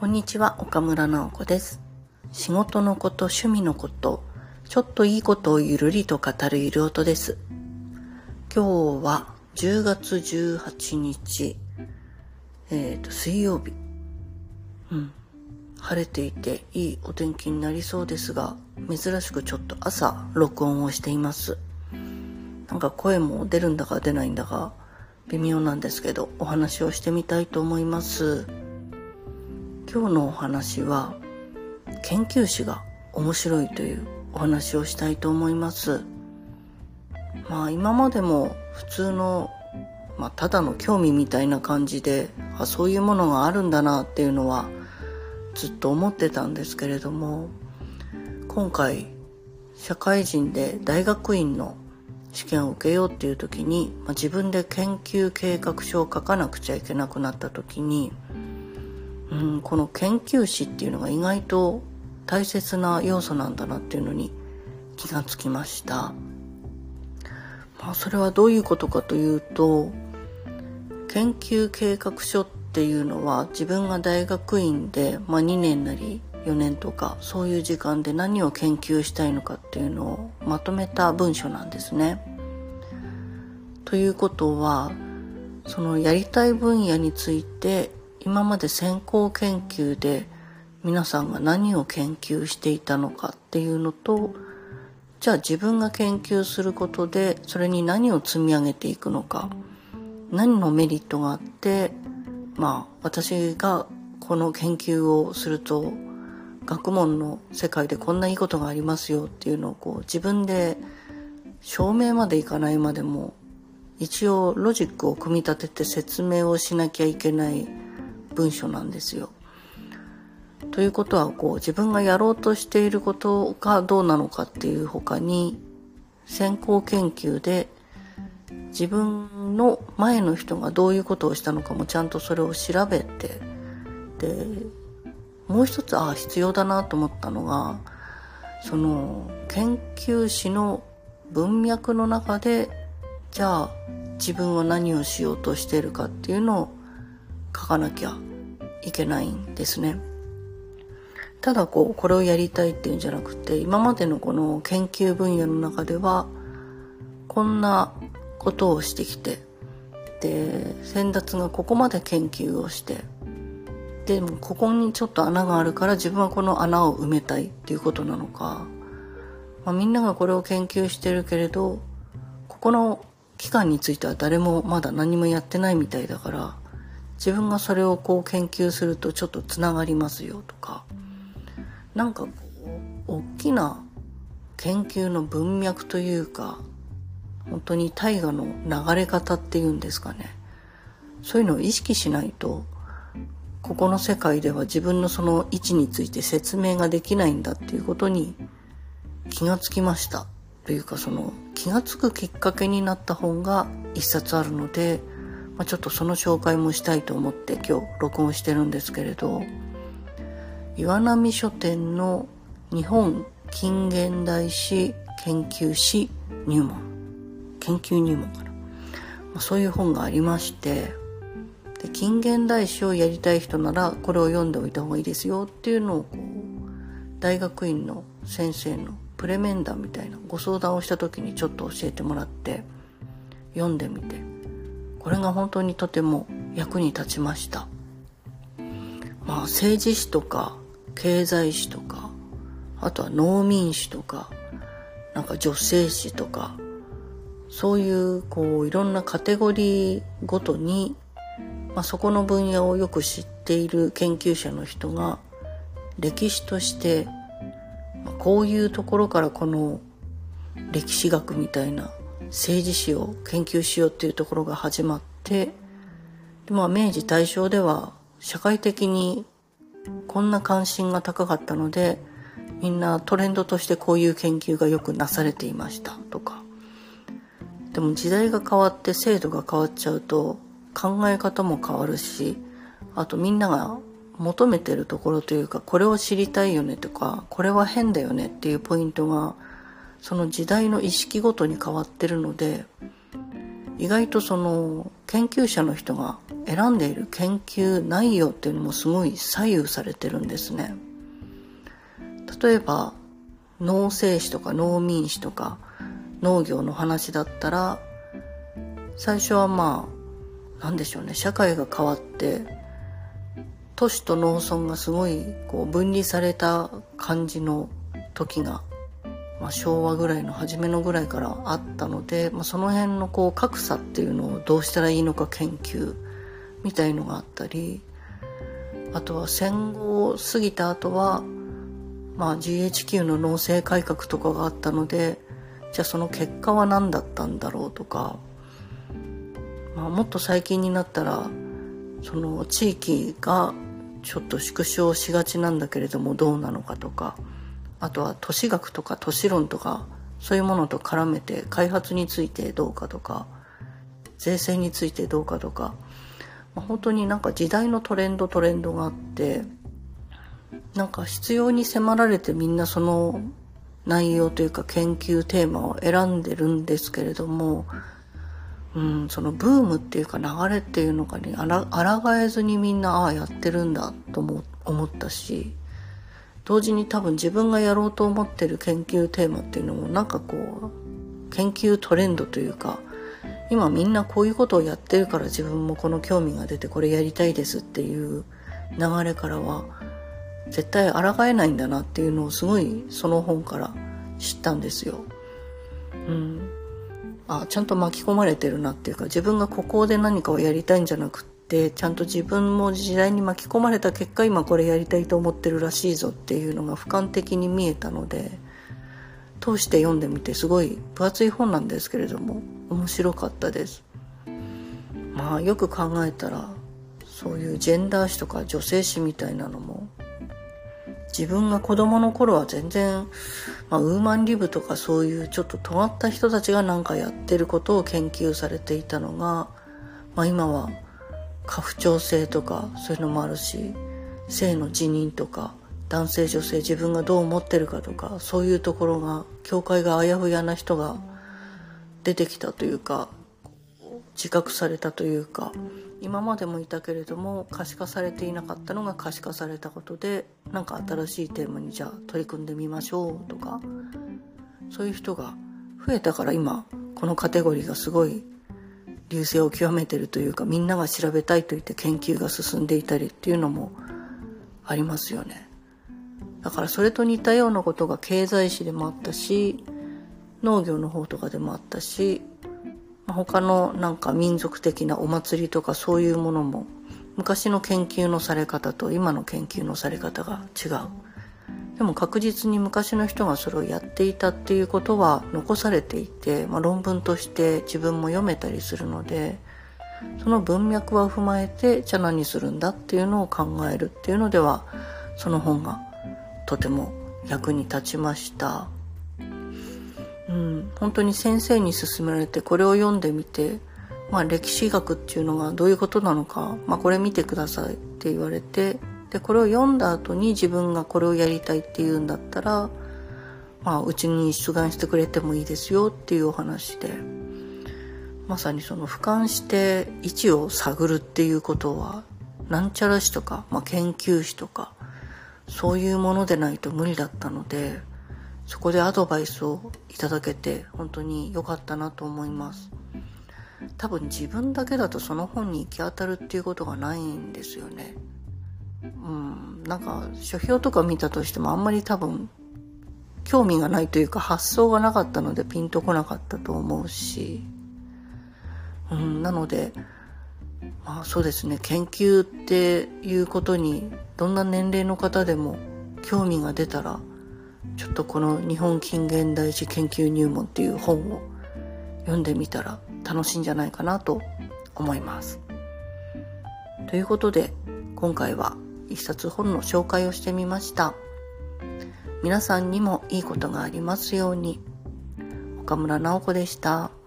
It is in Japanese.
こんにちは、岡村直子です。仕事のこと、趣味のこと、ちょっといいことをゆるりと語るゆる音です。今日は10月18日、水曜日。晴れていていいお天気になりそうですが、珍しくちょっと朝録音をしています。なんか声も出るんだか出ないんだか微妙なんですけど、お話をしてみたいと思います。今日のお話は研究士が面白いというお話をしたいと思います。今までも普通の、ただの興味みたいな感じで、そういうものがあるんだなっていうのはずっと思ってたんですけれども、今回社会人で大学院の試験を受けようっていう時に、自分で研究計画書を書かなくちゃいけなくなった時に、この研究士っていうのが意外と大切な要素なんだなっていうのに気がつきました。それはどういうことかというと、研究計画書っていうのは自分が大学院で、2年なり4年とかそういう時間で何を研究したいのかっていうのをまとめた文書なんですね。ということは、そのやりたい分野について今まで先行研究で皆さんが何を研究していたのかっていうのと、じゃあ自分が研究することでそれに何を積み上げていくのか、何のメリットがあって、私がこの研究をすると学問の世界でこんないいことがありますよっていうのを自分で証明までいかないまでも一応ロジックを組み立てて説明をしなきゃいけない文書なんですよ。ということは自分がやろうとしていることがどうなのかっていう他に、先行研究で自分の前の人がどういうことをしたのかもちゃんとそれを調べて、でもう一つ必要だなと思ったのが、その研究士の文脈の中でじゃあ自分は何をしようとしているかっていうのを書かなきゃいけないんですね。ただこれをやりたいっていうんじゃなくて、今までのこの研究分野の中ではこんなことをしてきて、で先達がここまで研究をして、でもここにちょっと穴があるから自分はこの穴を埋めたいっていうことなのか、みんながこれを研究してるけれどここの期間については誰もまだ何もやってないみたいだから、自分がそれを研究するとちょっとつながりますよとか、なんか大きな研究の文脈というか、本当に大河の流れ方っていうんですかね、そういうのを意識しないとここの世界では自分のその位置について説明ができないんだっていうことに気がつきました。というか、その気がつくきっかけになった本が一冊あるので、ちょっとその紹介もしたいと思って今日録音してるんですけれど、岩波書店の日本近現代史研究史入門、研究入門かな、そういう本がありまして、で近現代史をやりたい人ならこれを読んでおいた方がいいですよっていうのを大学院の先生のプレ面談みたいなご相談をした時にちょっと教えてもらって読んでみて、これが本当にとても役に立ちました。政治史とか経済史とか、あとは農民史とか、女性史とか、そういういろんなカテゴリーごとに、そこの分野をよく知っている研究者の人が歴史として、こういうところからこの歴史学みたいな政治史を研究しようっていうところが始まって、で明治大正では社会的にこんな関心が高かったので、みんなトレンドとしてこういう研究がよくなされていましたとか。でも時代が変わって制度が変わっちゃうと考え方も変わるし、あとみんなが求めてるところというか、これを知りたいよねとか、これは変だよねっていうポイントがその時代の意識ごとに変わってるので、 意外とその研究者の人が選んでいる研究内容っていうのもすごい左右されてるんですね。例えば農政史とか農民史とか農業の話だったら、最初はなんでしょうね、社会が変わって都市と農村がすごい分離された感じの時が、昭和ぐらいの初めのぐらいからあったので、その辺の格差っていうのをどうしたらいいのか研究みたいのがあったり、あとは戦後を過ぎた後は、GHQ の農政改革とかがあったので、じゃあその結果は何だったんだろうとか、もっと最近になったらその地域がちょっと縮小しがちなんだけれどもどうなのかとか、あとは都市学とか都市論とかそういうものと絡めて開発についてどうかとか、税制についてどうかとか、本当に時代のトレンドがあって、必要に迫られてみんなその内容というか研究テーマを選んでるんですけれども、そのブームっていうか流れっていうのかに抗えずにみんなやってるんだとも思ったし、同時に多分自分がやろうと思ってる研究テーマっていうのも研究トレンドというか、今みんなこういうことをやってるから自分もこの興味が出てこれやりたいですっていう流れからは絶対抗えないんだなっていうのをすごいその本から知ったんですよ。ちゃんと巻き込まれてるなっていうか、自分がここで何かをやりたいんじゃなくって、ちゃんと自分も時代に巻き込まれた結果今これやりたいと思ってるらしいぞっていうのが俯瞰的に見えたので、通して読んでみてすごい分厚い本なんですけれども面白かったです。よく考えたらそういうジェンダー史とか女性史みたいなのも、自分が子供の頃は全然、ウーマンリブとかそういうちょっと尖った人たちがやってることを研究されていたのが、今は家父長制とかそういうのもあるし、性の自認とか男性女性自分がどう思ってるかとか、そういうところが境界があやふやな人が出てきたというか、自覚されたというか、今までもいたけれども可視化されていなかったのが可視化されたことで、新しいテーマにじゃあ取り組んでみましょうとか、そういう人が増えたから今このカテゴリーがすごい隆盛を極めてるというか、みんなが調べたいと言って研究が進んでいたりっていうのもありますよね。だからそれと似たようなことが経済史でもあったし、農業の方とかでもあったし、他の民族的なお祭りとかそういうものも昔の研究のされ方と今の研究のされ方が違う。でも確実に昔の人がそれをやっていたっていうことは残されていて、論文として自分も読めたりするので、その文脈は踏まえてじゃあ何するんだっていうのを考えるっていうのでは、その本がとても役に立ちました。本当に先生に勧められてこれを読んでみて、歴史学っていうのがどういうことなのか、これ見てくださいって言われて、でこれを読んだ後に自分がこれをやりたいっていうんだったら、うちに出願してくれてもいいですよっていうお話で、まさにその俯瞰して位置を探るっていうことはなんちゃら史とか、研究史とかそういうものでないと無理だったので、そこでアドバイスをいただけて本当に良かったなと思います。多分自分だけだとその本に行き当たるっていうことがないんですよね。書評とか見たとしてもあんまり多分興味がないというか発想がなかったのでピンとこなかったと思うし、なのでそうですね、研究っていうことにどんな年齢の方でも興味が出たら、ちょっとこの日本近現代史研究入門っていう本を読んでみたら楽しいんじゃないかなと思います。ということで今回は一冊本の紹介をしてみました。皆さんにもいいことがありますように。岡村直子でした。